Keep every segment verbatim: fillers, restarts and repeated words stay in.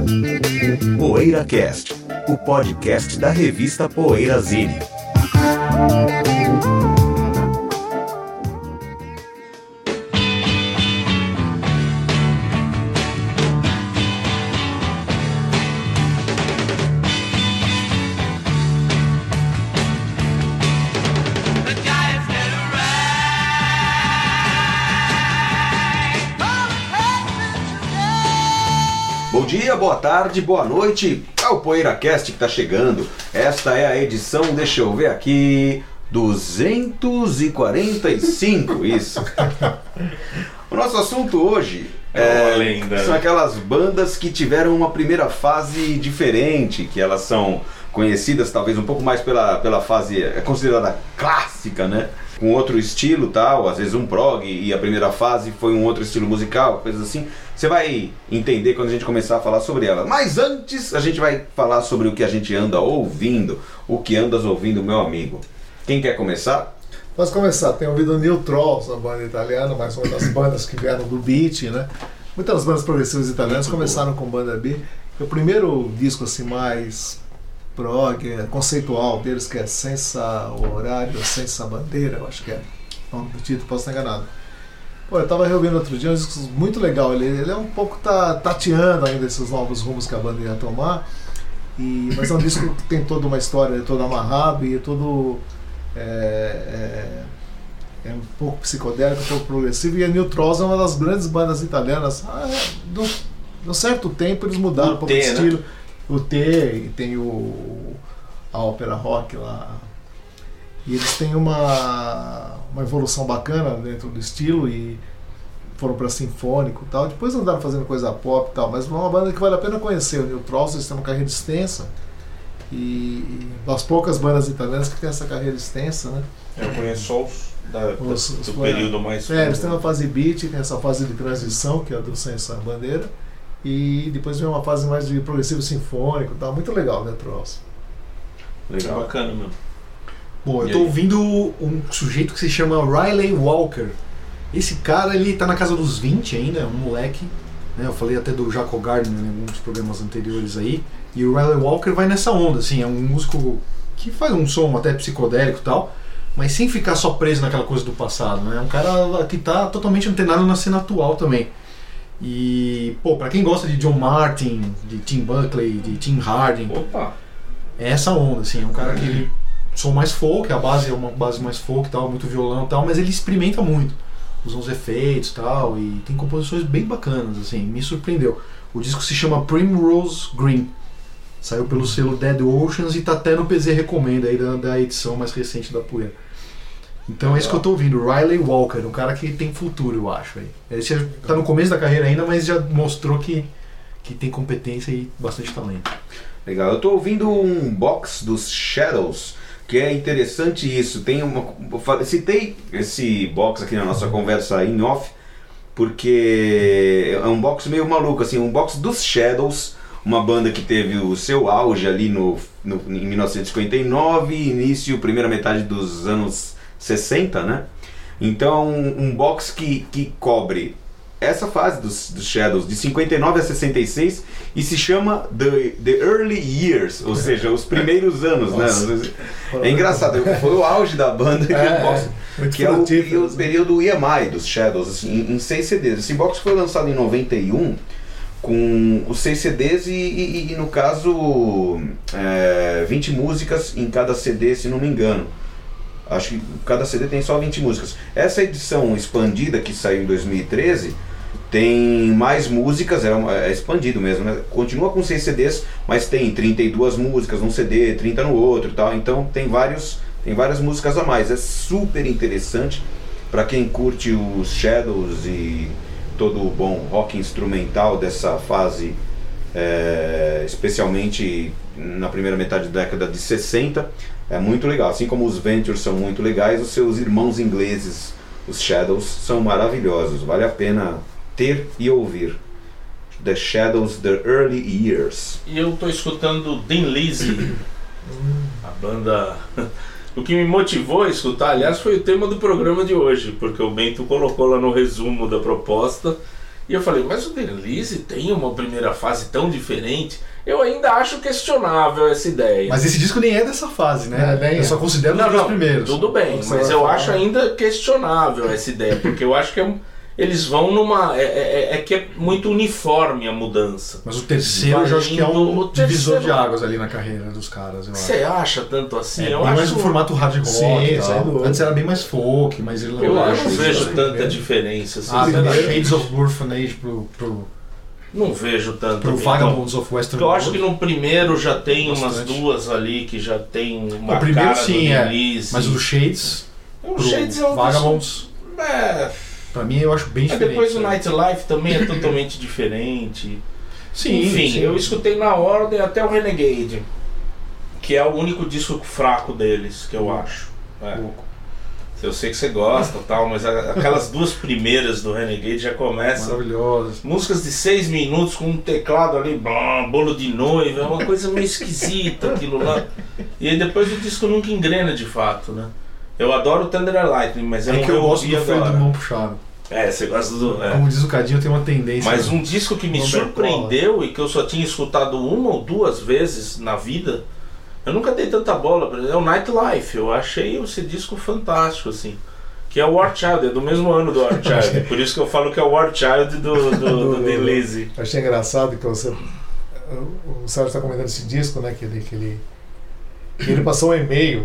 PoeiraCast, o podcast da revista Poeirazine. Bom dia, boa tarde, boa noite, é o PoeiraCast que está chegando. Esta é a edição, deixa eu ver aqui, duzentos e quarenta e cinco, isso. O nosso assunto hoje é, é, são aquelas bandas que tiveram uma primeira fase diferente, que elas são conhecidas talvez um pouco mais pela, pela fase, é considerada clássica, né? Com outro estilo tal, às vezes um prog e a primeira fase foi um outro estilo musical, coisas assim. Você vai entender quando a gente começar a falar sobre ela. Mas antes a gente vai falar sobre o que a gente anda ouvindo, o que andas ouvindo, meu amigo. Quem quer começar? Posso começar. Tenho ouvido New Trolls, uma banda italiana, mais uma das bandas que vieram do beat, né? Muitas bandas progressivas italianas começaram com banda beat. O primeiro disco assim mais prog, conceitual deles, que é Senza Horário, Senza Bandeira, eu acho que é o nome do título, posso estar enganado. Pô, eu tava reouvindo outro dia, um disco muito legal, ele, ele é um pouco tá, tateando ainda esses novos rumos que a banda ia tomar, e, mas é um disco que tem toda uma história, é todo amarrado e é todo é, é, é um pouco psicodélico, um pouco progressivo, e a New Trolls é uma das grandes bandas italianas. Ah, do, de um certo tempo eles mudaram o um pouco de estilo, né? O T, e tem o, a ópera rock lá, e eles têm uma, uma evolução bacana dentro do estilo e foram para sinfônico e tal, depois andaram fazendo coisa pop e tal, mas é uma banda que vale a pena conhecer. O New Trolls, eles têm uma carreira extensa e, e das poucas bandas italianas que tem essa carreira extensa, né? Eu conheço só os, da, os, do os período mais... É, eles têm uma fase beat, tem essa fase de transição, que é a do Senza Bandeira, e depois vem uma fase mais de progressivo sinfônico, tá muito legal, né, Trolls? Legal. Bacana, meu. Bom, eu tô ouvindo um sujeito que se chama Riley Walker. Esse cara, ele tá na casa dos vinte ainda, é um moleque, né? Eu falei até do Jaco Gardner em alguns programas anteriores aí. E o Riley Walker vai nessa onda, assim, é um músico que faz um som até psicodélico e tal, mas sem ficar só preso naquela coisa do passado, né? É um cara que tá totalmente antenado na cena atual também. E, pô, pra quem gosta de John Martyn, de Tim Buckley, de Tim Harding, opa, é essa onda, assim, é um cara que ele som mais folk, a base é uma base mais folk e tal, muito violão e tal, mas ele experimenta muito, usa uns efeitos e tal, e tem composições bem bacanas, assim, me surpreendeu. O disco se chama Primrose Green, saiu pelo selo Dead Oceans e tá até no P Z Recomenda aí da, da edição mais recente da Poeira. Então é isso que eu tô ouvindo, Riley Walker, um cara que tem futuro, eu acho. Aí. Ele já tá no começo da carreira ainda, mas já mostrou que, que tem competência e bastante talento. Legal, eu tô ouvindo um box dos Shadows, que é interessante isso. Tem uma, eu citei esse box aqui na nossa conversa em off, porque é um box meio maluco, assim, um box dos Shadows, uma banda que teve o seu auge ali no, no, em mil novecentos e cinquenta e nove, início, primeira metade dos anos sessenta, né? Então, um, um box que, que cobre essa fase dos, dos Shadows, de cinquenta e nove a sessenta e seis, e se chama The, the Early Years, ou seja, os primeiros anos, né? É engraçado, foi o auge da banda, é, que, box, é, que é o, o período I M I dos Shadows, assim, em, em seis C Ds. Esse box foi lançado em noventa e um, com os seis C Ds e, e, e no caso, é, vinte músicas em cada C D, se não me engano. Acho que cada C D tem só vinte músicas. Essa edição expandida que saiu em dois mil e treze tem mais músicas, é, uma, é expandido mesmo, né? Continua com seis C Ds, mas tem trinta e duas músicas num C D, trinta no outro e tal. Então tem, vários, tem várias músicas a mais. É super interessante para quem curte os Shadows e todo o bom rock instrumental dessa fase, é, especialmente na primeira metade da década de sessenta. É muito legal, assim como os Ventures são muito legais, os seus irmãos ingleses, os Shadows, são maravilhosos, vale a pena ter e ouvir. The Shadows, The Early Years. E eu tô escutando Thin Lizzy, a banda... O que me motivou a escutar, aliás, foi o tema do programa de hoje, porque o Bento colocou lá no resumo da proposta E eu falei, mas o Denlize tem uma primeira fase tão diferente? Eu ainda acho questionável essa ideia. Mas esse disco nem é dessa fase, né? É, nem eu é. só considero não, os dois não, primeiros. Tudo bem, Você mas vai eu falar. acho ainda questionável essa ideia, porque eu acho que é, eles vão numa... É, é, é que é muito uniforme a mudança. Mas o terceiro eu já acho que é um O divisor terceiro- de águas ali na carreira dos caras, eu acho. Você acha tanto assim? É eu bem acho... mais no formato hard rock Sim, e sem tal. dúvida. Antes era bem mais folk, mas ele Eu, eu acho não isso vejo também, tanta né? diferença. Assim, Ah, da sabe? Shades of Orphanage pro, pro, Não vejo tanto. pro Então, Vagabonds of Western eu acho World. que no primeiro já tem umas Bastante. duas ali que já tem uma O primeiro cara sim, do é. Denlize. Mas o Shades, O pro Shades é um Vagabonds, É, pra mim eu acho bem mas diferente. depois o né? Nightlife também é totalmente diferente. Sim, Enfim, sim. eu escutei na ordem até o Renegade, que é o único disco fraco deles, que eu acho. É. Pouco. Eu sei que você gosta e tal, mas a- aquelas duas primeiras do Renegade já começam. Maravilhosos. Músicas de seis minutos com um teclado ali, blá, bolo de noiva, é uma coisa meio esquisita aquilo lá. E aí depois o disco nunca engrena de fato, né? Eu adoro Thunder and Lightning, mas eu É não que eu gosto ouvi do freio agora. de mão puxado. É, você gosta do... é. Como diz o Cadinho, tem uma tendência. Mas um disco que me Não surpreendeu e que eu só tinha escutado uma ou duas vezes na vida, eu nunca dei tanta bola pra ele, é o Nightlife. Eu achei esse disco fantástico, assim. Que é o War Child, é do mesmo ano do War Child. Por isso que eu falo que é o War Child do, do, do, do Denlize. Eu achei engraçado que você. O Sérgio está comentando esse disco, né? Que ele, que ele, que ele passou um e-mail,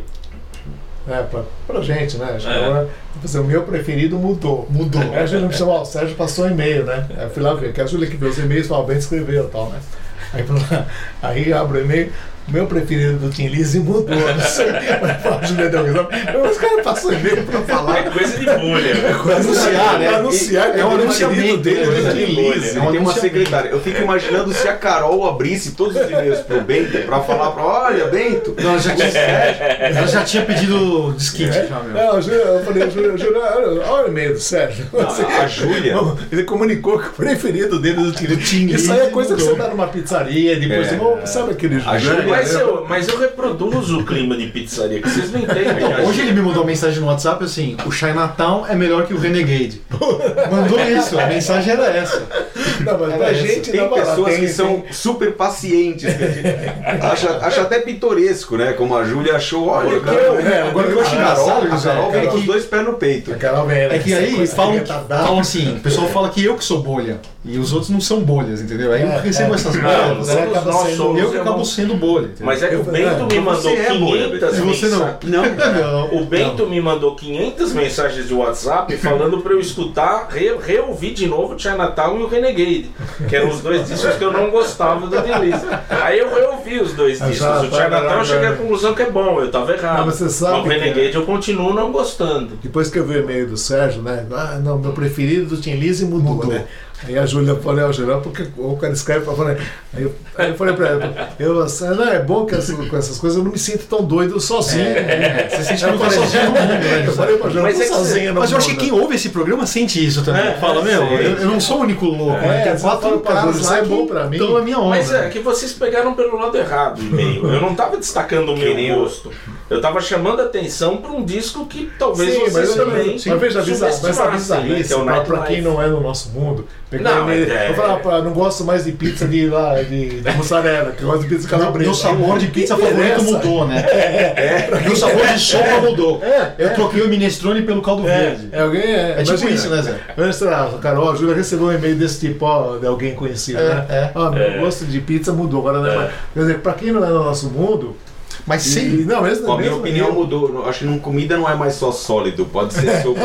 né, pra, pra gente, né? Acho que É. agora, tipo assim, o meu preferido mudou. Mudou. Aí a gente me chamou, ó, o Sérgio passou um e-mail, né? Aí eu fui lá ver, que a Júlia que viu os e-mails, falou, bem escreveu e tal, né? Aí, fui lá, aí abre o e-mail. Meu preferido do Tim Lizzy mudou, não sei. A Júlia deu risada. Os caras passam e-mail pra falar. É coisa de bolha. Pra anunciar, né? Anunciar, que É um o anunciamento preferido dele dele, é né? do Tim Lizzy. É um Ele tem uma anunciamento. secretária. Eu fico imaginando se a Carol abrisse todos os e-mails pro Bento pra falar pra, olha, Bento, Não, ela já tinha, ela já tinha pedido desquite, já, meu. Não, a Júlia, eu falei, Júlia, Júlia, olha, olha o e-mail do Sérgio. a, a Júlia. Não, ele comunicou que o preferido dele é do Tim Lizzy. Isso aí é coisa que você dá numa pizzaria, depois É. você não sabe aquele A Júlia- Mas eu, mas eu reproduzo o clima de pizzaria, que vocês não entendem. cara. Hoje ele me mandou uma mensagem no WhatsApp assim: o Chinatown é melhor que o Renegade. Mandou isso, a mensagem era essa. Não, mas Era pra essa. gente Tem não, pessoas tem- que são super pacientes. Que a gente acha, acha até pitoresco, né? Como a Júlia achou, olha, Porque cara, eu- é, agora eu acho a engraçado, Carol- a Carol vem é com os que- dois pés no peito. A Carol vem, né, É que essa aí coisa falam, retardada. falam assim, o pessoal fala que eu que sou bolha e os outros não são bolhas, entendeu? Aí eu É, recebo é. essas Não, bolhas. você todos acaba nós sendo- somos Eu que acabo irmãos. sendo bolha, entendeu? Mas é que o Eu- Bento não, me mas mandou você é bolha, quinhentas E você não. mensagens. Não, Não. O Bento me mandou quinhentas mensagens de WhatsApp falando pra eu escutar, re, reouvir de novo o Chinatown e o Renegade, que eram os dois discos que eu não gostava do Denlize. Aí eu reouvi os dois Ah, discos. já, O tá, Chinatown tá, eu cheguei tá. à conclusão que é bom, eu tava errado. Não, mas você sabe Mas o que- Renegade eu continuo não gostando. Depois que eu vi o e-mail do Sérgio, né? Ah, não, meu preferido do Tim Lizzy mudou, Mudou. né? Aí a Júlia falou, ó, Júlia, porque o cara escreve pra falar. Aí eu, aí eu falei pra ela, eu, assim, não, é bom que essas, com essas coisas eu não me sinto tão doido sozinho. É, você sente que Eu não tá falei, sozinho no mundo, né, Eu José? falei pra Júlia, Mas eu é tô que você- sozinho no Mas eu acho que mundo. quem ouve esse programa sente isso também. É, Fala, é, meu, sim. eu, eu não sou o único louco, É, né? Tem você quatro fala pra caras Júlia, lá isso é que bom pra mim. estão na minha onda. Mas é que vocês pegaram pelo lado errado o e-mail. Eu não tava destacando o Que nem meu eu. gosto. Eu tava chamando a atenção pra um disco que talvez Sim, vocês mas eu também também. Mas veja, avisa- mas a subestimassem, né, bizarrice, que é o pra, pra Nightlife. quem não é no nosso mundo, pegar Não, e-mail, é- eu falar, pá, não gosto mais de pizza de, lá, de, de mussarela, que eu gosto de pizza calabresa. Meu sabor de pizza favorito Interessa. mudou, né? Meu sabor de sopa mudou. É, Eu troquei o minestrone pelo caldo verde. É, alguém é. É tipo imagina. isso, né, Zé? Antes, a Carol, a Júlia recebeu um e-mail desse tipo, ó, de alguém conhecido, É, né? é. Ah, meu É. gosto de pizza mudou, agora não é É. mais. Quer dizer, pra quem não é no nosso mundo. Mas E, sim. não, mesmo, a minha mesmo opinião eu- mudou. Acho que não- comida não é mais só sólido, pode ser sopa.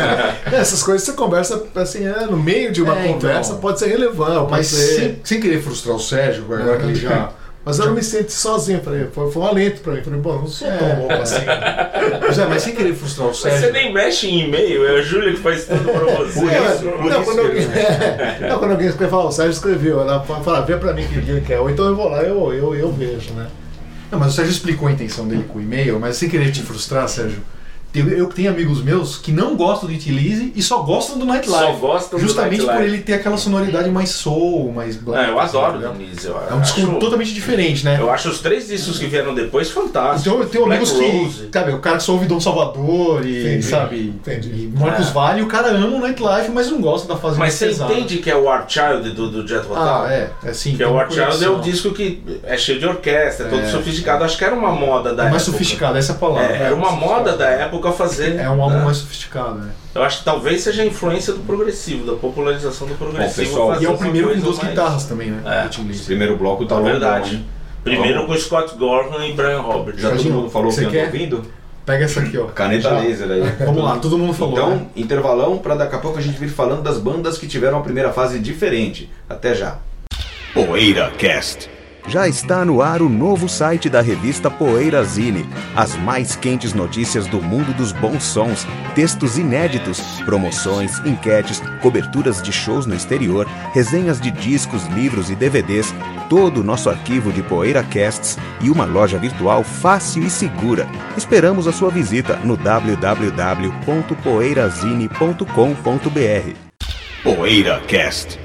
Essas coisas você conversa assim, é, no meio de uma É, conversa, então. pode ser relevante, pode Mas ser. sem, sem querer frustrar o Sérgio, agora que ele já. Mas eu não me sinto sozinho, falei, foi, foi um alento pra mim. Falei, bom, não sou tão É. louco assim. Zé, mas sem querer frustrar o Mas você Sérgio. nem mexe em e-mail, é a Júlia que faz tudo pra você. Por É, isso, por não, isso quando que alguém, eu- não, quando alguém escreve, fala, o Sérgio escreveu, ela fala, vê pra mim o que ele quer. Ou então eu vou lá, eu, eu, eu vejo, né? Não, mas o Sérgio explicou a intenção dele com o e-mail, mas sem querer te frustrar, Sérgio. Eu, eu tenho amigos meus que não gostam do Thin Lizzy e só gostam do Nightlife. Só gostam Justamente do por Nightlife. ele ter aquela sonoridade mais soul, mais black. É, eu adoro tá o ligado? Thin Lizzy. eu É um disco acho- totalmente diferente, né? Eu acho os três discos que vieram depois fantásticos. Então eu tenho Black amigos que, Rose. sabe, o cara só ouve Dom Salvador e, Entendi, sabe, entendi. e Marcos É. Vale, o cara ama o Nightlife, mas não gosta da fase Mas mais você pesada. entende que é o War Child do, do Jet Rotal? Ah, é, é sim. Que tem é o uma War Child é conexão. o disco que é cheio de orquestra, é todo É, sofisticado. Acho que era uma moda da É mais época. sofisticado, essa é a palavra. É, era uma moda da época fazer. É um álbum né? mais sofisticado, né? Eu acho que talvez seja a influência do progressivo, da popularização do progressivo. Bom, pessoal, fazer E é o uma primeiro com coisa duas mais- guitarras também, né? É. do Thin O Lizzy. primeiro bloco tá É longão, verdade. hein? Primeiro Vamos- com Scott Gorham e Brian Roberts. Já todo Serginho, mundo falou que você eu tô quer? ouvindo? Pega essa aqui, ó. Caneta Já. laser aí. Vamos lá, todo mundo falou. Então, né? intervalão para daqui a pouco a gente vir falando das bandas que tiveram a primeira fase diferente. Até já. Poeira Cast. Já está no ar o novo site da revista Poeira Zine. As mais quentes notícias do mundo dos bons sons, textos inéditos, promoções, enquetes, coberturas de shows no exterior, resenhas de discos, livros e D V Ds, todo o nosso arquivo de Poeira Casts e uma loja virtual fácil e segura. Esperamos a sua visita no w w w ponto poeirazine ponto com ponto b r. Poeira Cast.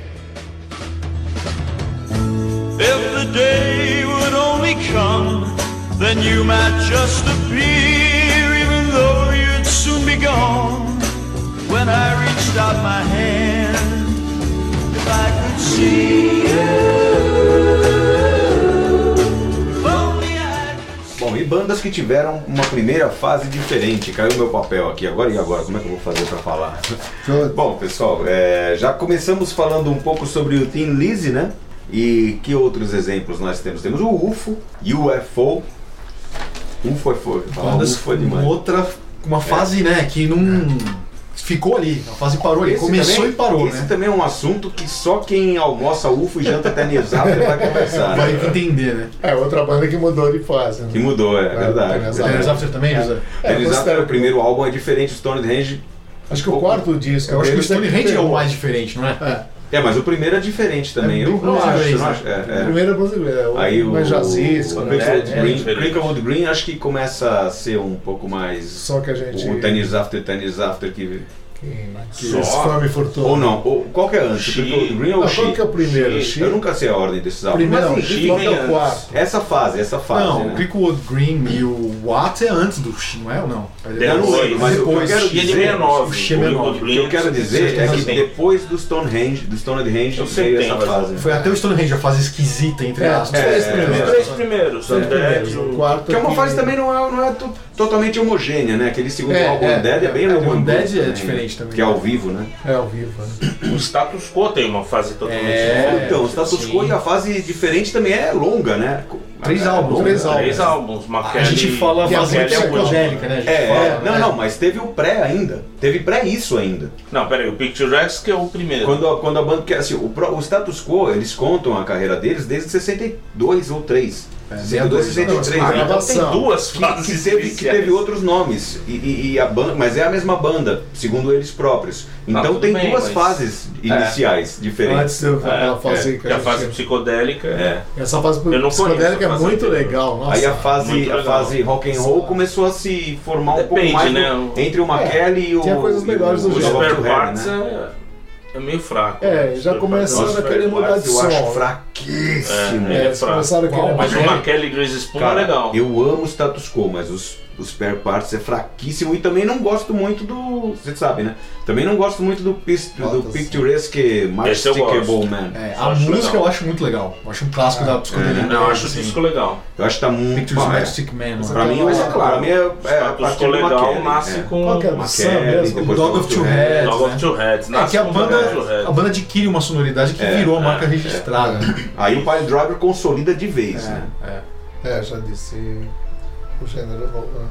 If the day would only come, then you might just appear, even though you'd soon be gone. When I reached out my hand, if I could see you, if only I could. Bom, e bandas que tiveram uma primeira fase diferente. Caiu meu papel aqui agora e agora? Como é que eu vou fazer para falar? Bom, pessoal, é, já começamos falando um pouco sobre o Thin Lizzy, né? E que outros exemplos nós temos? Temos o U F O, U F O. U F O é fogo. Falar U Bandas F O é com demais. outra, uma fase, né, que não ficou ali, a fase parou ali, Esse começou também- e parou, Esse né? também é um assunto que só quem almoça U F O e janta até Nezapter vai conversar. Vai né? entender, né? É, outra banda que mudou de fase. Né? Que mudou, é, É, verdade. tem razão. Tem verdade. After também, José? É, Eles considero o primeiro álbum é diferente, o Stonehenge. Acho que o quarto disco. Eu acho que o deles sempre Stonehenge é o pegou. mais diferente, não é? É. É, mas o primeiro é diferente também. É eu bem não acho, blues não inglês, acho. É, O é. primeiro é brasileiro, Aí o o, mais jazzístico, o né? Cricklewood É, é Green, diferente. Cricklewood Green acho que começa a ser um pouco mais Só que a gente. o Tennis After, Tennis After que... Que Só? esse fome e fortuna. Ou não, ou, qual que é antes? She. Cricklewood Green ou Não, She? qual que é o primeiro? She. She? Eu nunca sei a ordem desses álbuns. Primeiro, Mas não, enfim, She qual que é vem o antes. quarto? essa fase, essa fase, Não, né? o Cricklewood Green e o Watts é antes do She, não é ou não? É Eu não sei, mas o que eu depois. quero E ele dizer- é nove. o She é menor. O que eu quero dizer é que depois do Stonehenge, do Stonehenge Eu veio essa setenta. fase. Foi até o Stonehenge, a fase esquisita, entre É, aspas. os três é, primeiros. Os três primeiros. Os três Undead, primeiros. o- O quarto Que é uma que- fase também não é, não é to- totalmente homogênea, né? Aquele segundo É, álbum, é, Undead, é, bem é, Rhythm o and Undead Blues é também, diferente também. Que é ao vivo, né? É ao vivo. Né? O Status Quo tem uma fase totalmente É, diferente. então, o Status sim. Quo e a fase diferente também é longa, né? Três É álbuns, longa. três álbuns. Três álbuns. A Maquele, gente fala que é fase muito Maquele é o último. psicodélica, né? A gente É, fala, é, não, né? não, mas teve o pré ainda. Teve pré isso ainda. Não, peraí, o Picturesque que é o primeiro. Quando a, quando a banda. que, Assim, o, pro- o Status Quo, eles contam a carreira deles desde sessenta e dois ou três. sessenta e dois, sessenta e três. Não, né? então tem gravação. duas Que, fases que teve, que iniciais. teve outros nomes, e, e- e a banda, mas é a mesma banda, segundo eles próprios. Então tudo tem bem, duas mas- fases iniciais diferentes. Antes daquela É, fase é, que que a a gente fase tinha. psicodélica. É. Essa fase Eu não psicodélica conheço a é fase muito anterior. legal. Nossa. Aí a fase, muito a legal. fase rock and roll começou a se formar um Depende, pouco mais né? no- entre o McKelly e o. tinha coisas e melhores o, do O o jogo. Love Spare to Heaven, Parts né? é, é meio fraco. É, né? já Spare começando Parts, a querer Spare mudar Parts, de Eu som. acho fraquíssimo. É, É, é eles fraco. começaram a querer Mas o mais- Maquele Grease Spoon Cara, é legal. eu amo o status quo, mas os, os spare parts é fraquíssimo e também não gosto muito do. Você sabe, né? Também não gosto muito do, pis- do Notas. Picturesque Esse eu Masticable gosto. Man. É, Eu a acho música legal. eu acho muito legal. Eu acho um clássico da psicodelia. Não, eu acho o assim. disco legal. Eu acho que tá muito. Pictures Bom, é. Mastic Man. Mas né? Pra mim, mas é claro, pra mim é, é a Status partir Quo do legal McKelly, nasce é. com Qual que é do Sam McKelly, mesmo? depois Dog do of Two Heads. Heads. Dog né? of Two Heads. É Nasce que a com Dog of Two banda, Heads. a banda adquire uma sonoridade que É, virou a é, marca é. registrada. Aí o Pile Driver consolida de vez, né? É. É, já disse o gênero novo. Né?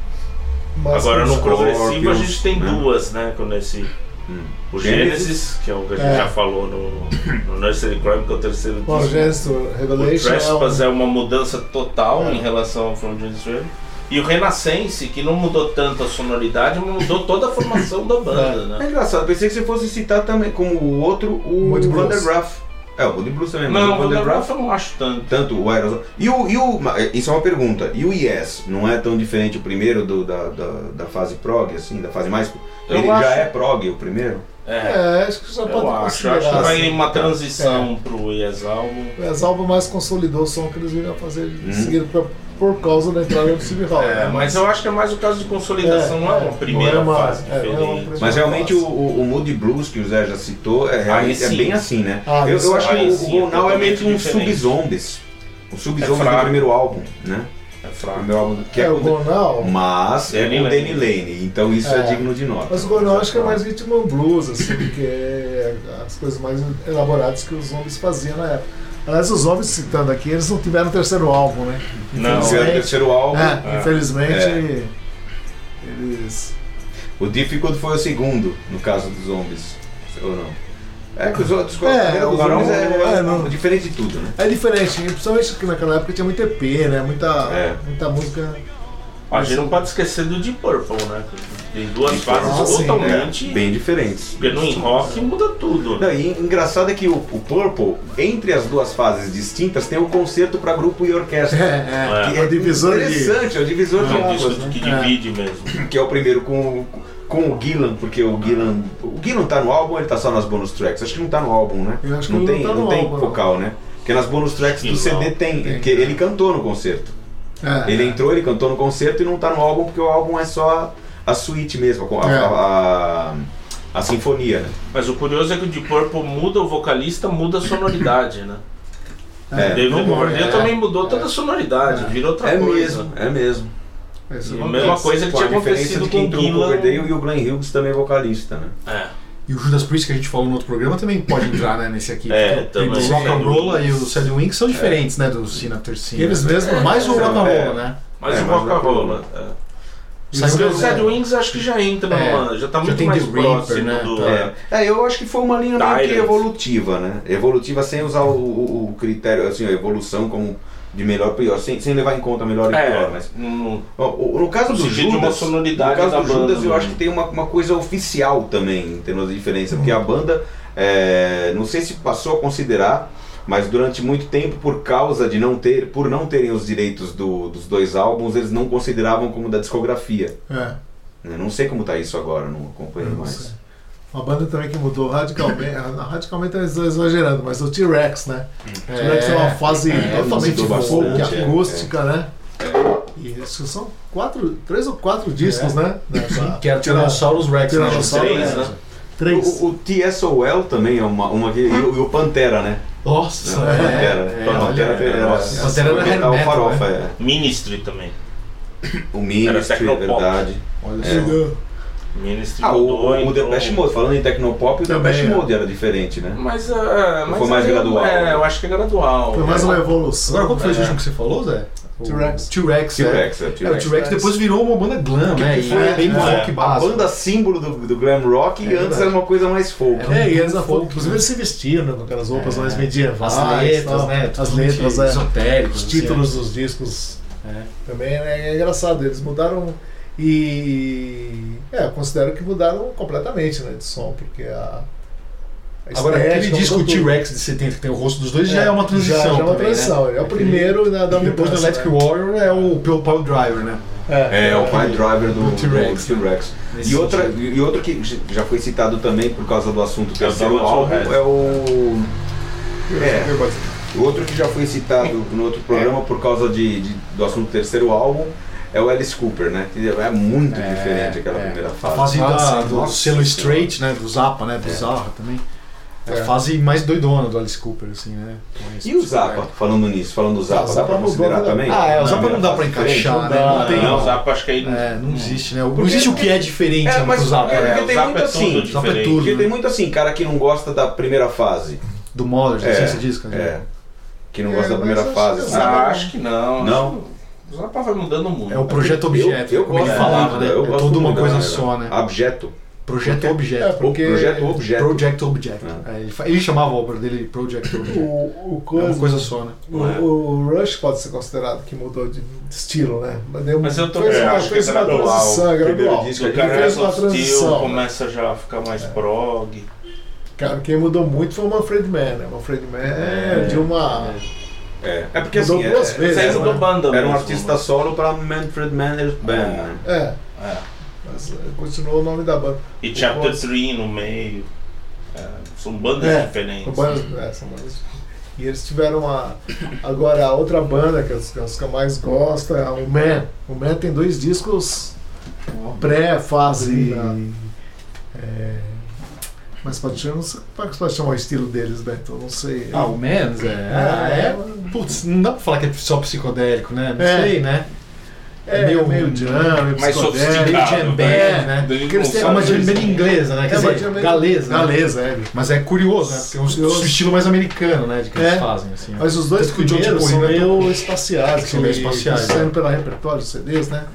Mas Agora no os- progressivo a Scorpions, gente tem né? duas, né? Com esse. Hum. O Genesis. Genesis, que é o que a gente É. já falou no, no Nursery Crime, que é o terceiro Bom, o disco. Genesis O Revelation é Trespass um- é uma mudança total É. em relação ao From Genesis Rebellion. E o Renascense, que não mudou tanto a sonoridade, mas mudou toda a formação da banda, É né? engraçado, pensei que você fosse citar também como o outro, o Moody Blues. Van der Graaf. É, o Moody Blues também, mas Não, o o Vandergraaf Vandergraaf eu não acho tanto. tanto o Aerosol. E o, e o. Isso é uma pergunta. E o Yes? Não é tão diferente o primeiro do, da, da, da fase prog, assim, da fase mais. Eu Ele acho- já é prog o primeiro? É, É, acho que já eu pode acho. considerar. Acho que vai assim. uma transição pro Yes Album. O Exalbo mais consolidou o som que eles viriam fazer Hum. em seguida pra, por causa da entrada do Steve Howe. É, né? mas eu acho que é mais o caso de consolidação, É, não é uma é, primeira não é uma- fase é, não é uma diferente. primeira- Mas realmente fase. o, o, o Moody Blues que o Zé já citou é, realmente, é sim. bem assim, né? Ah, eu, isso eu acho que aí o, sim, o Go Now é meio que um totalmente diferente. sub-zombies. O sub-zombies do fraco. primeiro álbum, né? É O fraco. primeiro álbum que É, é o com- Gonal. Mas é Danny com o Lane. Danny Lane, então isso é, É. digno de nota. Mas o Gonal acho que é mais ritmo and blues, assim, que é as coisas mais elaboradas que os zombies faziam na época. Aliás, os zombies, citando aqui, eles não tiveram terceiro álbum, né? Não. Esse é o terceiro álbum. É, É. infelizmente, É. eles... O Difficult foi o segundo, no caso dos zombies. Ou não? É que os outros É, a carreira dos o zombies Gonal- é, é, não- diferente de tudo, né? É diferente, principalmente porque naquela época tinha muito E P, né? Muita, É. muita música... A gente não pode esquecer do Deep Purple, né? Tem duas Deep fases Purple, sim, totalmente. É, bem diferentes. Porque no in rock muda tudo. Não, e engraçado é que o, o Purple, entre as duas fases distintas, tem o concerto para grupo e orquestra. É, Que é, é o divisor de... interessante, é o divisor de É um águas, disco né? que divide mesmo. Que é o primeiro com, com o Gillan, porque o Gillan. O Gillan tá no álbum ou ele tá só nas bonus tracks? Acho que não tá no álbum, né? Eu acho que não ele tem, não tá não no tem álbum, não. vocal, né? Porque nas bonus tracks Acho que do C D não. tem, Tem, porque ele cantou no concerto. É, Ele entrou, ele cantou no concerto e não tá no álbum porque o álbum é só a, a suíte mesmo, a, É. a, a, a sinfonia, né? Mas o curioso é que o Deep Purple muda o vocalista, muda a sonoridade, né? É, David não Coverdale é. também mudou toda a sonoridade, É. virou outra É coisa. mesmo, é mesmo. Isso E a acontece. mesma coisa que Com tinha a diferença acontecido de que com o entrou o Gillan. Coverdale e o Glenn Hughes também é vocalista, né? É. E o Judas Priest que a gente falou no outro programa também pode entrar, né, nesse aqui. É, Porque o também. Rock and Roll e o Sad Wings são diferentes, né, do Sin After Sin. Eles né? mesmos... Mais o É, Rock and Roll, é. né? Mas É, o mas rock and roll, né? É. Saiu Porque o do- Sad Wings acho que já entra É, numa. Já tá já muito tem mais The Reaper, próximo né, do. tá. É. É, eu acho que foi uma linha meio que Tyrant. evolutiva, né? Evolutiva sem usar o, o- o critério, assim, a evolução como de melhor e pior, sem, sem levar em conta melhor e É, pior, mas... no- Ó, o- no caso No do sentido de uma Judas, sonoridade no caso da do Judas banda, eu né? acho que tem uma, uma coisa oficial também em termos de diferença, porque a banda, é, não sei se passou a considerar, mas durante muito tempo, por causa de não ter, por não terem os direitos do- dos dois álbuns, eles não consideravam como da discografia. É, Né? Não sei como tá isso agora, não acompanho não mais. sei. Uma banda também que mudou radicalmente, radicalmente eu estou exagerando, mas o T-Rex, né? O T-Rex é uma fase totalmente mudou folk, bastante, é, acústica, né? E isso são quatro, três ou quatro discos, né? Nessa- Que era o Tyrannosaurus Rex, né? Tiranossauro Três, Rex. né? Três. O, o T S O L também é uma, uma que, e, o, e o Pantera, né? Nossa, Não, é, Pantera. é, Pantera, olha, era- nossa. era- Pantera era era hair o metal, farofa, né? é. Ministry também. O Ministry, é Tecnopop. verdade. Olha É. só. Entendeu? Ministry Ah, mudou, o, o entrou- Depeche Mode, falando em Tecnopop, o Também, Depeche é. Mode era diferente, né? Mas, é, mas foi mais aí, gradual, É, né? eu acho que é gradual. Foi mais uma evolução. Agora, qual que foi esse É. último que você falou, Zé? O T-Rex. T-Rex, é. T-Rex, é, É, o T-Rex. T-Rex depois virou uma banda glam, né? E foi, bem é, folk A básico. banda símbolo do, do glam rock e É antes verdade. era uma coisa mais folk. É, e eles, Folk, folk, inclusive né? eles se vestiam né, com aquelas roupas É. mais medievais. As letras, tal. né? As totalmente letras, é. esotéricos, Os assim, títulos dos discos é. também é, é engraçado. Eles mudaram e. É, eu considero que mudaram completamente né, de som, porque a. a Agora, aquele estética disco mudou tudo. T-Rex de setenta que tem o rosto dos dois já é uma transição. Já, já é uma também, transição. né? É o primeiro da, da E depois do mudança, Electric né? Warrior é o Pale Power Driver, né? É, o Pine Driver do, do T-Rex, do T-Rex. Nesse E, outra, sentido. e outro que já foi citado também por causa do assunto É o terceiro Donuts álbum Red. é o. É, o outro que já foi citado no outro programa por causa de, de- do assunto terceiro álbum é o Alice Cooper, né? Que é muito É, diferente aquela é. primeira A fase. fase da- Nossa, do nossa selo senhora. Straight, né? Do Zappa, né? Do É. Zarra também. É É. a fase mais doidona do Alice Cooper, assim, né? Com esse E o Zappa, falando nisso, falando do Zappa, o dá Zappa pra mudou, considerar né? também? Ah, é, o Zappa Primeira não dá pra fase diferente? encaixar, não né? dá, Não tem. Não, o Zappa acho que aí. É, não existe, né? Não Porque- existe o que é diferente É, né, mas pro Zappa. é, né? porque o tem Zappa muito é assim, tudo Zappa é diferente. tudo. Porque tem muito assim, cara que não gosta da primeira fase. Do Mothers, É, assim você diz, cara. é. Que não É, gosta da mas primeira acho fase. que assim. Zappa- Ah, acho que não. Não? Acho que O Zappa vai mudando muito. É o projeto objeto, Eu- eu como ele gosto falava, muito, né? eu É gosto tudo uma muito coisa da- só, né? Objeto. Projeto É, objeto. porque Projeto objeto. Project Object. É. É, ele, fa- ele chamava a obra dele Project Object. o, o É coisa, uma coisa só, né? o, o Rush pode ser considerado que mudou de estilo, né? Deu- Mas eu tô- fez eu uma, acho que fez é uma gradual. transição, é O primeiro gradual. disco O ele Ele Careless fez uma of Steel transição. começa já a ficar mais prog. Cara, quem mudou muito foi o Manfred Mann, né? O Manfred Mann é, de uma... É, é porque Mudou assim, duas é, vezes, Mas aí né? mudou banda era um mesmo, artista né? solo pra Manfred Mann's Band, né? É, É. mas é, continuou o nome da banda. E O Chapter Boss- três no meio. É, são bandas É, diferentes. são bandas, é, são bandas. E eles tiveram uma... Agora, a outra banda que as, que as que eu mais gosto é o Man. O Man tem dois discos pré-fase... É, mas pode chamar, não sei como é que pode chamar o estilo deles, Beto, eu não sei. Ah, o Mans é. Ah, é. Putz, não dá pra falar que é só psicodélico, né? Não É. sei, né? É meio, meio jam, meio mais psicodélico. sofisticado, Meio jam band, né? né? Eles Porque eles não têm É uma sabem- jam band inglesa, né? Quer É uma dizer, jam band- galesa. né? Galesa, é. Mas é curioso, né? Porque é um Curioso. o estilo mais americano, né? De que É. eles fazem, assim. ó. Mas os dois Tanto que o John primeiros Tipo são Rino meio espaciais, são meio que- espaciais, que saíram né? pela repertório dos C Ds, né?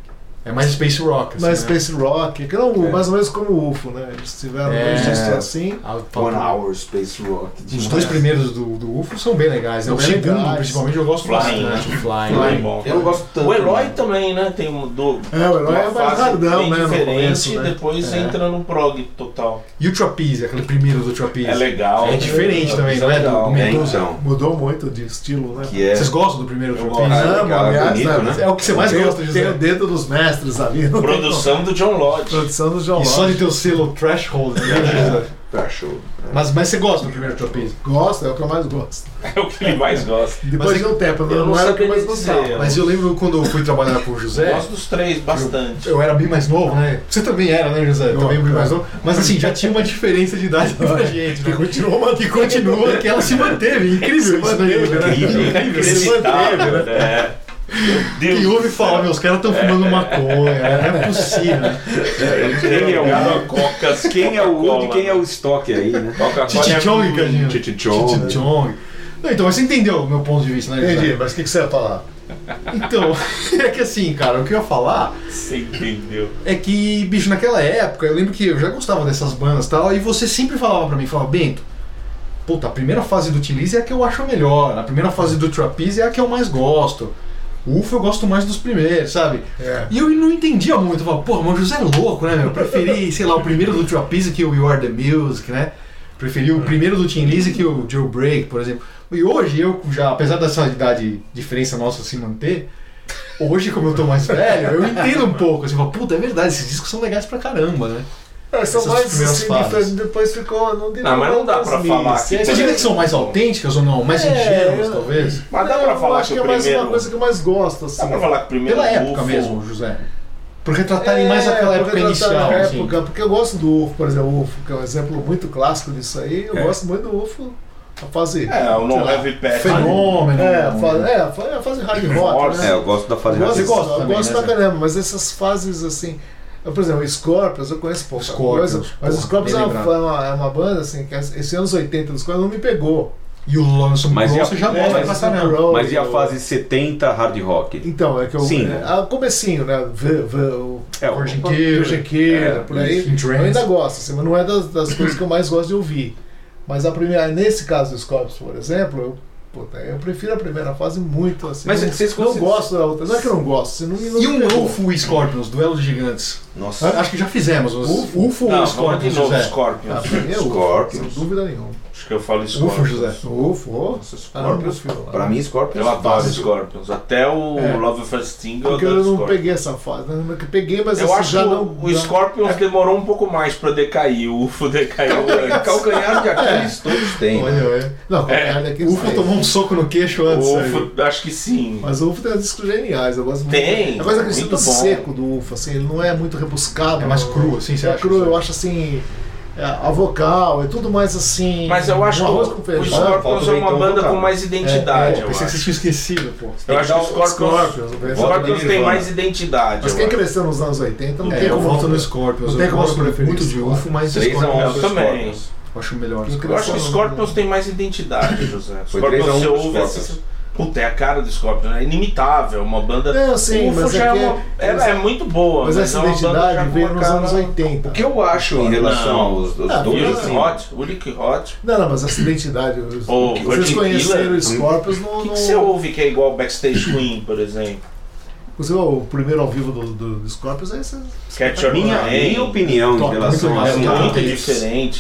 É mais space rock, assim, Mais né? Space Rock, que não, É. mais ou menos como o U F O, né? Eles tiveram É. dois discos assim. Ah, o- One Hour Space Rock. Os dois primeiros do, do U F O são bem legais, né? São O bem segundo, legais. principalmente, eu gosto Flying, bastante. né? O Flying. Flying. né? Bom. Eu não gosto tanto. O Herói né? também, né? Tem um do. É, o Herói é uma mais fase hardão, bem né? No diferente começo, e né? depois É. entra no prog total. E o Trapeze, aquele primeiro do Trapeze. É legal. É diferente É também, não é? Do, legal. do É, Medusa. então. Mudou muito de estilo, né? Que é... Vocês gostam do primeiro Eu Trapeze? gosto. Ah, Não, legal, aliás, bonito, né? né? É o que você mais tem, gosta, tem José. o dedo dos mestres ali. não tem Produção do John como. Lodge. Produção do John E só de Lodge. ter o selo Threshold, né, José? Tá show. Mas, mas você gosta do primeiro Trapeze? Gosta, é o que eu mais gosto. É o que ele mais gosta. Depois Mas de um tempo, eu não, não não era o que eu mais saberia dizer, gostava. Mas eu lembro quando eu fui trabalhar com o Eu José, gosto dos três bastante. eu era bem mais novo, né? Você também era, né, José? Eu, também bem é. mais novo. Mas assim, já tinha uma diferença de idade pra gente, Que né? continuou Que continua, que ela se manteve. Incrível Se isso, né, José? manteve, Incrível. Se Inacreditável, manteve, né? né? Meu Deus Quem do ouve céu. fala, meus caras estão fumando maconha, né? Não é possível. né? Quem é o Coca, Quem é o Wood e quem é o Stock aí, né? Coca-Cola Chichichong, é- Cadinho. Chichichong. Chichichong. Não, então, mas você entendeu o meu ponto de vista, né, José? Entendi, mas o que, que você ia falar? Então, é que assim, cara, o que eu ia falar Você entendeu? é que, bicho, naquela época, eu lembro que eu já gostava dessas bandas e tal, e você sempre falava pra mim, falava, Bento, puta, a primeira fase do Tin Lizzy é a que eu acho a melhor, a primeira fase do Trapeze é a que eu mais gosto. O U F O eu gosto mais dos primeiros, sabe? É. E eu não entendia muito, eu falava, porra, mas o José é louco, né, meu? Eu preferi, sei lá, o primeiro do Trapeze que o You Are The Music, né? Preferi o primeiro do Tin Lizzy que o Jailbreak, por exemplo. E hoje, eu já, apesar dessa idade, diferença nossa se manter, hoje, como eu tô mais velho, eu entendo um pouco, assim, eu falo, puta, é verdade, esses discos são legais pra caramba, né? É, são Essas mais primeiras assim, fases. diferentes, depois ficou. Não, Não, mas não dá pra falar que- Você diria que são mais autênticas ou não? Mais É, ingênuas, eu- talvez? Mas dá pra eu falar acho que que o é mais primeiro... uma coisa que eu mais gosto, assim. Dá pra falar que o primeiro Pela U F O... época mesmo, José. Por retratarem mais É, aquela por época retratar inicial, a assim. época, porque eu gosto do U F O, por exemplo, o U F O, que é um exemplo muito clássico disso aí, eu É. gosto muito do U F O, a fase... É, o No sei lá, Heavy Pet. Fenômeno. É, a fase, é, a fase, a fase hard rock, Force. né? É, eu gosto da fase Eu gosto, hard eu rock. gosto, eu também, gosto né, pra Zé? caramba, mas essas fases assim. Eu, por exemplo, Scorpions eu conheço pouca Scorpions, coisa, mas porra, Scorpions é bem uma, lembrado. é, uma, é uma banda assim, que esse anos oitenta dos Scorpions não me pegou. E o Lawrence Mas e a- você já É, gosta mas pra caramba. Roll, Mas e a eu- fase setenta hard rock? Então, é que eu. Sim. É, a comecinho, né? V, v, o É, o Virgin o Killer, Virgin Killer, é, por aí. In Trance. Eu ainda gosto, assim, mas não é das, das coisas que eu mais gosto de ouvir. Mas a primeira, nesse caso do Scorpions, por exemplo, eu, puta, eu prefiro a primeira fase muito assim. Mas não, vocês não consideram- gosto da outra. Não é que eu não gosto, você não me não E me um pegou. U F O e Scorpions, Duelo de Gigantes. Nossa. Acho que já fizemos. Os U F O? U F O Não, ou vamos de Scorpions, novo, José? Scorpions. Ah, pra mim é U F O, Scorpions. sem dúvida nenhuma. Acho que eu falo U F O, Scorpions. José. O U F O? Nossa, Ah, não, Scorpions. filho, Pra mim, Scorpions. Eu adoro fácil. Scorpions. Até o É. Love of First Thing eu Porque adoro eu não Scorpions. peguei essa fase. Não, que peguei, mas Eu assim, acho já que não. o, o já- Scorpions demorou um pouco mais pra decair. O U F O decaiu Calcanhar, antes. calcanhar de Aquiles todos têm. Olha, né? olha. Não, É, é, daqui O U F O tomou um soco no queixo antes. O U sabe? F O, acho que sim. Mas o U F O tem discos geniais, eu gosto muito. Tem, É mais aquele muito estilo bom. seco do U F O, assim, ele não é muito rebuscado. É mais não- cru, assim, você É acha? cru, eu acho assim. é, a vocal, é tudo mais assim. Mas eu acho um que arroz o, com o feijão. falta Scorpions é o uma Leitão banda vocal. com mais identidade, É, eu Pensei que acho. você tinha esquecido, pô. Eu acho que o Scorpions, Scorpions, o né? Scorpions tem Nirvana. mais identidade. Mas eu quem acho. cresceu nos anos oitenta não É, tem eu como. volto no Scorpions. Não tem Eu como gosto preferir muito de U F O, mas três a um Scorpions Eu dos também. Scorpions. eu acho melhor. Eu Eu acho que o Scorpions tem mais identidade, José. Foi Scorpions três a um você pros ouve Scorpions. essa... Puta, é a cara do Scorpions, é inimitável, uma banda... Não, sim, o U F O mas já é é, que- uma... é, é muito boa, Mas mas, essa é uma banda já identidade com veio uma nos cara... anos oitenta. O que eu acho em relação Não. aos, aos Ah, dois, Ulrich Ulrich assim, Hot, Ulrich Hot. Não, não, mas essa identidade. os- Ô, vocês Virgin conheceram Killer? o Scorpions O no. que, no- que você ouve que é igual Backstage Queen, por exemplo? Inclusive, o primeiro ao vivo do, do, do Scorpions é esse. Catch Your minha, Name. minha opinião Top, em relação muito a É legal. muito Top. diferente.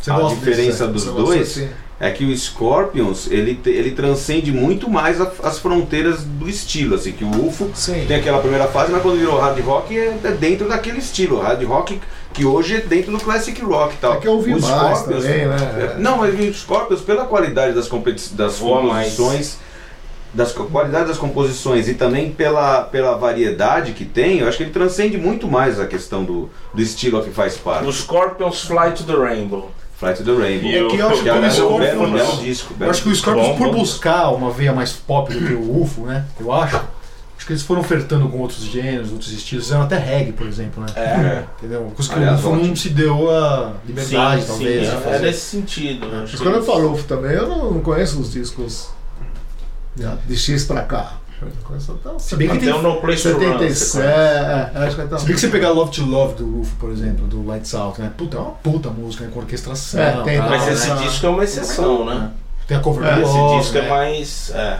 Você a gosta diferença desse, dos Você gosta dois assim? é que o Scorpions, ele, te- ele transcende muito mais a- as fronteiras do estilo, assim, que o U F O Sim. tem aquela primeira fase, mas quando virou hard rock é, é dentro daquele estilo, hard rock que hoje é dentro do classic rock e tal. É que eu ouvi Os mais Scorpions- também, né? é, Não, mas os Scorpions, pela qualidade das, competi- das Voa mais. composições, das co- qualidade das composições e também pela, pela variedade que tem, eu acho que ele transcende muito mais a questão do, do estilo a que faz parte. Os Scorpions Fly to the Rainbow. Flight to the Rainbow. E eu- que eu acho Que que é o um belo, Scorpions- belo disco. Eu belo acho que o disco. Scorpions, Bom, por bom. buscar uma veia mais pop do que o U F O, né? Eu acho. Acho que eles foram ofertando com outros gêneros, outros estilos. Fizeram até reggae, por exemplo, né? É. Entendeu? Coisa que Aliás, o U F O não ótimo. se deu a liberdade, sim, talvez. sim, né? é, é Fazer. nesse sentido. eu Mas achei quando eu isso. falo U F O também, eu não, não conheço os discos de, de X pra cá. Eu não conheço até Se bem que Até tem- o No Place to Run. setenta e você sete, conhece. é, acho que até Se bem que você pegar Love to Love do U F O, por exemplo, do Lights Out, né? Puta, é uma puta música, né? Com orquestração. É, tem- tal, Mas né? esse disco é uma exceção, né? Tem a cover É, do Esse Love, disco né? é mais. É.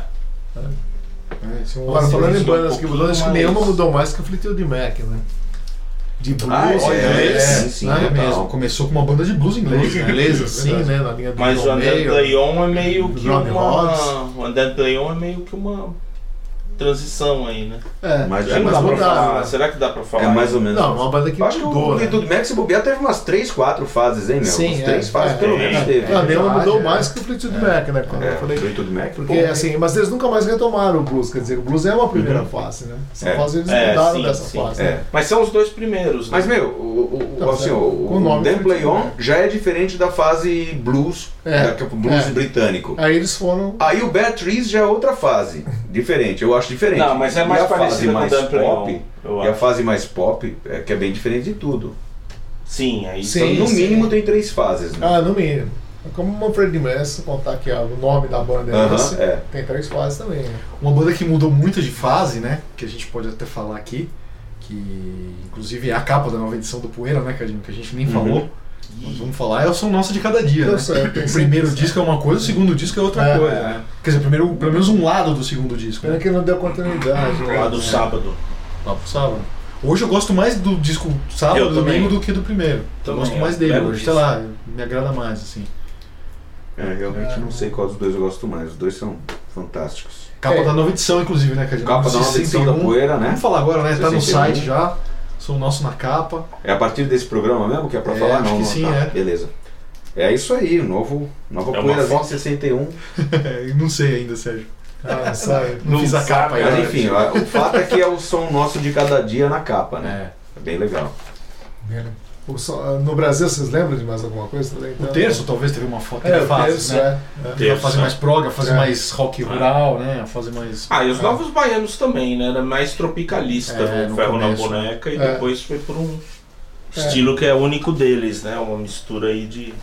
É, esse é um- Agora, falando em Esse bandas é um que mudou, acho que pouquinho nenhuma mais- mudou mais que o Fleetwood Mac, né? De blues, Ah, é, inglês, é, né? sim, é total. mesmo. Começou com uma banda de blues inglês, Blues né? inglês, assim, Verdade. né? Na linha do Mas o John Undead Mayer. Play On é meio que Johnny uma. Hodges. O Undead Play On é meio que uma transição aí, né? É, Mas Será que, mas dá pra mudaram, falar? né? Será que dá pra falar? É mais ou menos. Não, uma banda que Eu acho que mudou, o né? Fleetwood Mac, se bobear, teve umas três, quatro fases, hein, meu? Sim, Uns é, três fases é, pelo é, menos é. teve. Ah, nenhuma mudou É. mais que o Fleetwood Mac, né? Quando É, eu falei. Fleetwood Mac. Porque pô. assim, mas eles nunca mais retomaram o blues, quer dizer, o blues é uma primeira Uhum. fase, né? Essa É. fase eles É, mudaram sim, dessa sim. fase. É. Né? Mas são os dois primeiros, né? Mas, meu, o, o, Então, assim, é, o, com o o nome Then Play Fleetwood On Mac. já é diferente da fase blues, É, da- que é o blues é. britânico. Aí eles foram. Aí o Bad Trees já é outra fase, diferente, eu acho diferente. Não, mas é E mais a fase parecida com o mais Dan Play On, pop, eu e a acho. fase mais pop, é, que é bem diferente de tudo. Sim, aí Sim. Então, no sim. mínimo tem três fases, né? Ah, no mínimo. É como o Manfred Mann, contar que o nome da banda é Aham, esse, é. tem três fases também. Né? Uma banda que mudou muito de fase, né? Que a gente pode até falar aqui, que inclusive é a capa da nova edição do Poeira, né? Que a gente, que a gente nem Uhum. falou. Nós vamos falar, é o Som Nosso de Cada Dia, Eu né? sei, eu pensei O primeiro nisso. disco é uma coisa, o segundo disco é outra É, coisa, é. né? Quer dizer, primeiro, pelo menos um lado do segundo disco, Pena né? que não deu continuidade. né? lá do sábado. Lá pro sábado. Hoje eu gosto mais do disco sábado, Eu também. domingo, do que do primeiro. Eu Também, gosto é mais um dele belo hoje, disco. sei lá, me agrada mais, assim. É, realmente É. não sei qual dos dois eu gosto mais, os dois são fantásticos. Capa É. da nova edição, inclusive, né? Que é de Capa da nova edição da sessenta e um. Poeira, né? Vamos falar agora, né? Tá no sessenta e um. site já. Som Nosso na capa. É a partir desse programa mesmo que é pra É, falar? acho não, que não, sim, tá. é. Beleza. É isso aí, o novo, nova É uma Poeirazinha foto. sessenta e um. não sei ainda, Sérgio. Ah, sabe? Não, Não fiz a sabe, capa mas ainda. Mas enfim, o o fato é que é o som nosso de cada dia na capa, né? É. É bem legal. O som- no Brasil, vocês lembram de mais alguma coisa? também? O Então, terço talvez teve uma foto É, de o fases, terço, né? é. é. Teve a Terço, fase né? mais prog, a fase É. mais rock rural, né? A fase mais. Ah, e os É. Novos Baianos também, né? Era mais tropicalista, É, o no Ferro começo, na Boneca, e É. depois foi por um É. estilo que é único deles, né? Uma mistura aí de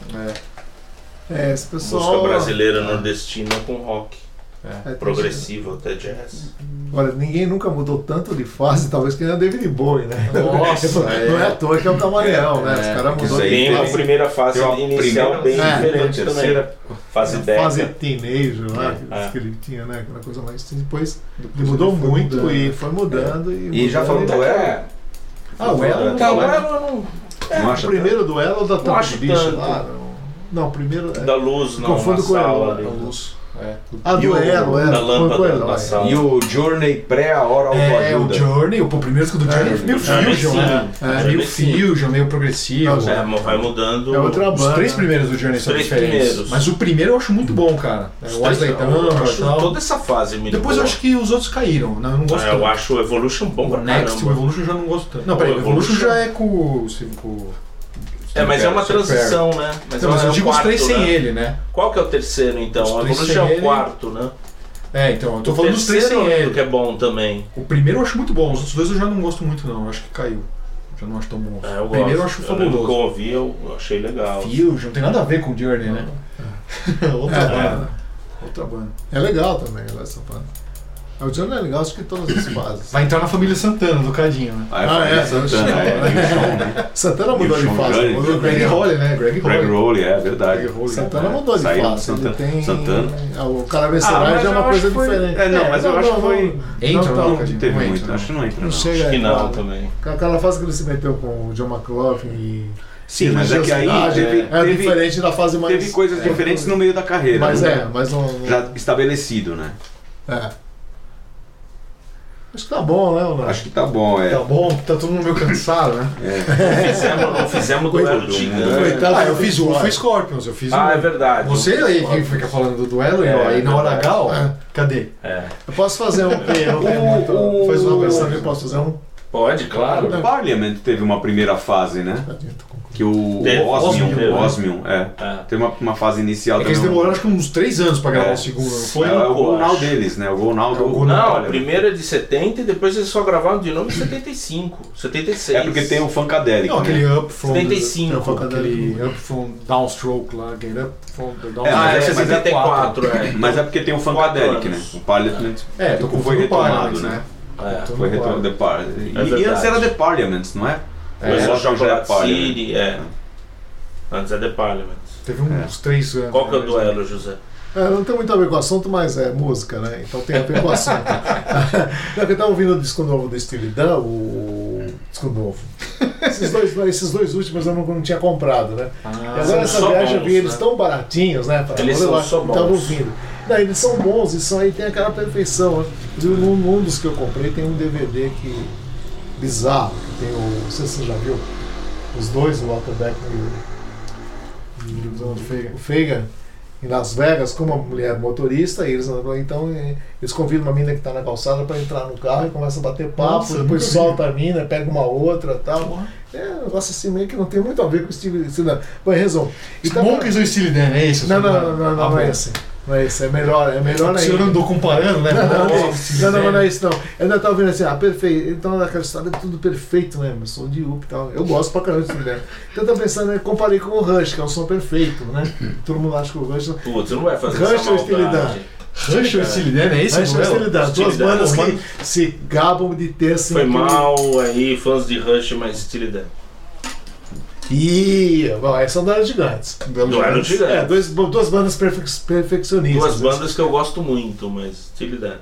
É, esse pessoal. música brasileira nordestina com rock. É, progressivo, até jazz. Olha, ninguém nunca mudou tanto de fase, talvez que nem o David Bowie, né? Nossa, não é. é à toa que é o camaleão, né? É, Os caras isso mudou aí de Tem a fase. primeira fase Tem uma inicial primeira, bem é, diferente a também. terceira. Fase A Deca. fase teenager lá, que- É. que ele tinha, né? Aquela coisa mais. Depois Depois ele mudou ele foi muito mudando. e foi mudando. E, E já mudando. falou do Elo? É. Ah, o Elo. Tá, o o Elo- Elo eu não. Não O acha primeiro duelo ou da Tampa acho de Bicho tanto. lá? Não, não o primeiro. É, Da luz na, confundo na com o sala Elo. ali. A luz. É. Ah, E o- duelo, é. da foi com o lâmpada Eloy. na sala. E o Journey pré a hora É, o autoajuda. Journey, o pô, primeiro disco do Journey é meio Journey fusion, sim. né? É, É, meio Journey sim. fusion, meio progressivo. Não, É, vai mudando. É outra Os banda. três primeiros do Journey Os são três diferentes. primeiros. Mas o primeiro eu acho muito bom, cara. É, Os o Wesley três- eu Dunn acho e tal. toda essa fase muito Depois boa. eu acho que os outros caíram, né? Eu não gosto É, tanto. eu acho o Evolution bom O pra Next, o caramba. Evolution eu já não gosto tanto. Não, O peraí, o Evolution Evolution- já é com o... com o- É, mas é uma Steve Perry. transição, né? Mas, Não, mas é eu o digo os quarto, três sem né? ele, né? Qual que é o terceiro, então? Os O três Evolution é sem o ele. quarto, né? É, então, eu tô O falando dos três sem terceiro ele. que é bom também. O primeiro eu acho muito bom, os outros dois eu já não gosto muito não, eu acho que caiu. Já não acho tão bom. É, eu o primeiro eu gosto. acho Eu lembro que eu fabuloso. ouvi, eu eu achei legal. Fusion, não tem nada a ver com Journey, né? Outra É, banda. Outra banda. É legal também, essa banda. O Johnny é legal, acho que em todas as fases. Vai entrar na família Santana, do Cadinho, né? Ah, é, Ah, é, Santana, é. é, e o Sean, né? Santana mudou E o de Sean fase. Johnny. mudou O Greg de- Holly, né? Greg Greg Holly. Rowley, é verdade. Greg Holly. Santana É, mudou de saiu fase. Santana- Ele tem. Santana. O cara vencerá Ah, mas já é eu uma acho coisa que foi- diferente. É, não, mas eu acho que foi- Entra, não, não, não, Cadinho? Teve Não muito, entra, acho que não entra. Não Não. chega Acho que aí, não nada. também. Aquela fase que ele se meteu com o John McLaughlin e. Sim, mas é que aí religiosidade, teve, é teve, diferente da fase mais... teve coisas é, diferentes no meio da carreira. Mas né? é, mas não... não Já estabelecido, né? é. Acho que tá bom, né, Leonardo? Acho que tá bom, é. Tá bom, tá todo mundo meio cansado, né? é. Fizemos, não fizemos duelo de gigante. Coitado. Ah, eu fiz o foi Scorpions, eu fiz Ah, o... é verdade. Você aí que fica falando do duelo, É, e ó, aí na hora verdade. H, ó, É. cadê? É. Eu posso fazer um... Eu tenho muito... o- Faz uma versão que eu posso fazer um... Pode, claro. O Parliament teve uma primeira fase, né? Que o Teve. Osmium, Osmium, Osmium, é. É. Teve uma, uma fase inicial É que eles também. demoraram acho que uns três anos pra gravar É. o segundo, não Foi foi? é, o Go Now acho. deles, né? O Go Now do É, o Go Now. Não, o Parliament. primeiro é de setenta e depois eles só gravaram de novo em setenta e cinco, setenta e seis. É porque tem o Funkadelic, Não, aquele né? Up From... setenta e cinco. the- Aquele Up From Downstroke lá, aquele Up From the É, Downstroke. Ah, é, mas é setenta e quatro, é. Mas é porque tem o Funkadelic, né? anos. O Parliament É, tô tipo, com foi o retomado, Parliament, né? né? É. Tô Foi no retomado. Parliament. The Par... E, É e antes verdade. era The Parliament, não é? Depois É, o já é Chocolate Parliament. City, é. Antes é The Parliament. Teve uns três anos. Qual que é o né? duelo, José? É, não tem muito a ver com o assunto, mas é música, né? Então tem a ver com o assunto. Não, eu tava ouvindo o disco novo do Steely Dan, o disco novo. Esses dois, esses dois últimos eu não, não tinha comprado, né? Ah, E agora são essa só viagem eu bons, vi eles né? tão baratinhos, né? Pra Eles levar, são só tava bons. ouvindo. Não, eles são bons e são aí tem aquela perfeição. Né? Inclusive, Num, num dos que eu comprei tem um D V D que bizarro, que tem o. Não sei se você já viu. Os dois, o Waterback e o, o Fagan, em Las Vegas, com uma mulher motorista, e eles então eh, eles convidam uma mina que está na calçada para entrar no carro e começa a bater papo, Nossa, depois nunca solta a mina, pega uma outra e tal. É um negócio assim meio que não tem muito a ver com o Steve. Bom, em resumo. E tá- Monkeys ou Steely Dan, é isso? não, não, não, não, não, Ah, não é bom. esse. Não é esse, é melhor, é melhor O senhor ainda. andou comparando, né? Não, não, não, Monkeys, não, não, Steely não é Dan. isso não. Eu ainda tava vendo assim, ah, perfeito. Então naquela história é tudo perfeito, né? Eu sou de Up e tal. Eu gosto pra caramba de Steely Dan. Então eu tô pensando, eu comparei com o Rush, que é um som perfeito, né? Todo mundo acha que o Rush. Putz, você não vai fazer Rush essa ou Steely maldade. Rush ou Steely Dan, é esse? Rush o ou duelo? Steely Dan. Duas Steely Dan, bandas mano. que se gabam de ter assim. Foi aquele- mal aí, fãs de Rush, mas Steely Dan. Ih, bom, aí são duelos gigantes. Duelo de É, gigante. dois, duas bandas perfe perfeccionistas. Duas bandas que eu gosto muito, mas Steely Dan.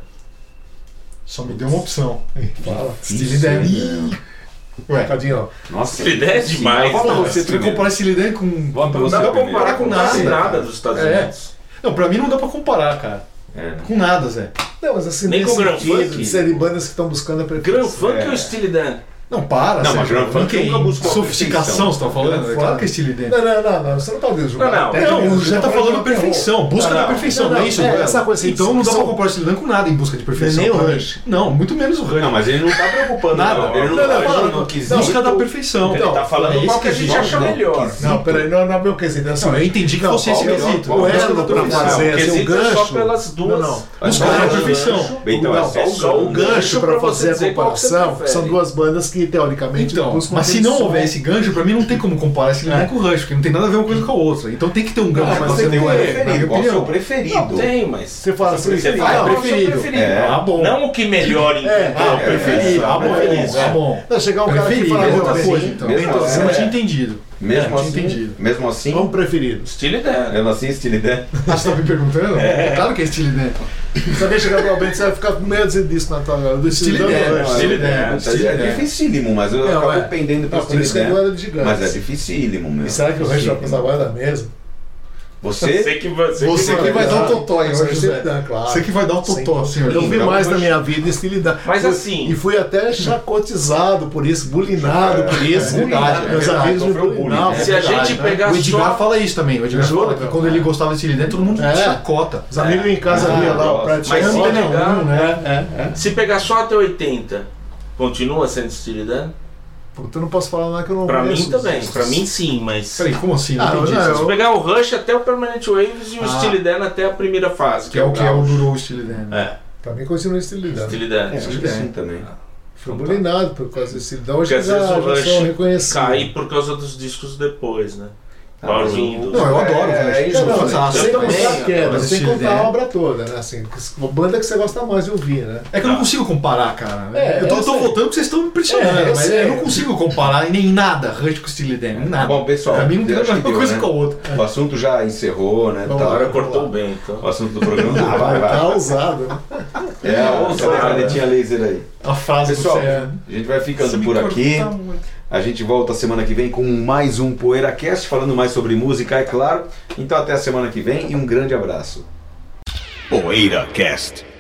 Só me deu uma opção. Fala. Steely Dan. Um Ué, bocadinho, ó. Nossa. Steely Dan é demais, Volta né? você você vai primeiro. comparar Steely Dan com... Volta Não você dá pra primeiro. comparar com nada, nada cara. dos Estados É. Unidos. Não, pra mim não dá pra comparar, cara. É. Com nada, Zé. Não, mas assim, Nem nesse com o Grand sentido, Funk. de serem bandas que estão buscando a perfeição. Grand Funk É. ou Steely Dan? Não, para, Não, Zé. mas Grand Funk que nunca buscou a sofisticação, você tá falando? Grand É claro Funk. que é Steely Dan. Não, não, não, não, você não pode julgar. Não, não. Técnica, Não, você já tá falando de perfeição, busca Não, da não. perfeição, Não, não, não, é isso? é, duelo? essa coisa assim, Então não dá são- pra comparar o Steely Dan com nada em busca de perfeição. Nem o pra mim. Rush. Não, muito menos o Rush. Não, mas ele não tá preocupando. Nada. Não. Ele não, Não, não, tá fala, falando não. que Não, existe. Busca da perfeição. Ele tá falando é qual esse que a gente existe. acha Não, melhor. Não, peraí, não, não é meu quesito. É assim, Não, eu entendi que não, fosse esse qual- quesito. O Busca elo da pra perfeição. fazer O assim, o quesito é só gancho. pelas duas. Não, não. Busca Ah, da é. perfeição. Então, não, é só o só gancho. o gancho pra para você fazer a dizer qual que você comparação prefere. são duas bandas que teoricamente Então, buscam mas se aquele não som. houver esse gancho, pra mim não tem como comparar esse Dan com o Rush, porque não tem nada a ver uma coisa com a outra. Então tem que ter um gancho. Não, mas pra tem você que ter um ter, gancho, na minha Preferido. Qual o seu opinião. preferido? Não tem, mas Você fala assim, você ah, fala é o qual é o seu preferido. preferido. É. Ah, bom. Não o que melhor É, entendeu. Ah, preferido. Ah, bom. Preferido. Ah, bom. Não, chegar um cara aqui e Preferido, falar, é "Meu, outra bem, coisa, então. mesmo bem, assim, Eu não é. tinha entendido. Mesmo É, tinha assim, entendido. mesmo assim, Vamos preferido. Steely Dan. mesmo assim, Steely Dan. Ah, você tá me perguntando? Claro que é Steely Dan. Se alguém chegar pra alguém, você vai ficar com medo de disso na tua do Steely Dan, Dan, não, Steely Dan. É, Steely é Dan. dificílimo, mas eu É, acabo ué. pendendo pro Não, por isso que Steely agora Dan. é de gigante. Mas é dificílimo, meu. E será que o Rush vai Dificílimo. passar guarda mesmo? Você? Você que vai. Você que vai dar um totó em Você hoje, José. Dan, claro. Você que vai dar um totó, Sim. senhor. Eu vi Então, mais mas- na minha vida em Steely Dan. Mas Fui- assim- E fui até chacotizado por isso, bulinado por isso. É verdade, é Meus verdade, amigos me sofreu bullying. bulinavam. Se a gente né? pegar O Edgar só. fala isso também. O Edgar Juro, fala que cara. quando ele gostava de Steely Dan, todo mundo É. chacota. Os amigos em casa Ah, via lá o nossa. Pratt Mas se Chamber, pegar- um, né? É, é. Se pegar só até oitenta, continua sendo Steely Dan? Puta, eu não posso falar nada que eu não Pra mim conheço. também. Pra mim sim, mas. Peraí, como assim? Não Ah, entendi. não, Se eu- pegar o Rush até o Permanent Waves e o Ah. Steely Dan até a primeira fase, Que é o que é o Gaucho. durou o Steely Dan. né? É, Pra mim continua Steely Dan. Steely Dan. É, acho que sim também. Fui Então tá. bulinado por causa desse Steely Dan. Porque Hoje às já, vezes o já sou Rush reconhecido. cai por causa dos discos depois, né? Ah, Power mas o- Windows. Não, eu adoro o É, Rush. é isso, Não, não, fantástico. sem Eu também, contar a queda, mas sem Steely contar Dan- a obra toda, né? Assim, que- uma banda que você gosta mais de ouvir, né? É que eu não consigo comparar, cara. É, eu tô, eu tô sei. voltando porque vocês estão me impressionando, É, eu mas sei. eu não consigo comparar nem em nada Rush com Steely Dan. Em nada. Bom, pessoal, pra mim não tem acho nada a que ver uma deu, coisa né? com a outra. O assunto já encerrou, né? Vamos Tá. lá. Agora cortou bem, então. O assunto do programa. Ah, vai, vai. Tá ousado, né? É, ousado. cadê a canetinha laser aí? A frase Pessoal, do Zé. a gente vai ficando Você me por aqui. corta muito. A gente volta semana que vem com mais um PoeiraCast, falando mais sobre música, é claro. Então até a semana que vem e um grande abraço. PoeiraCast.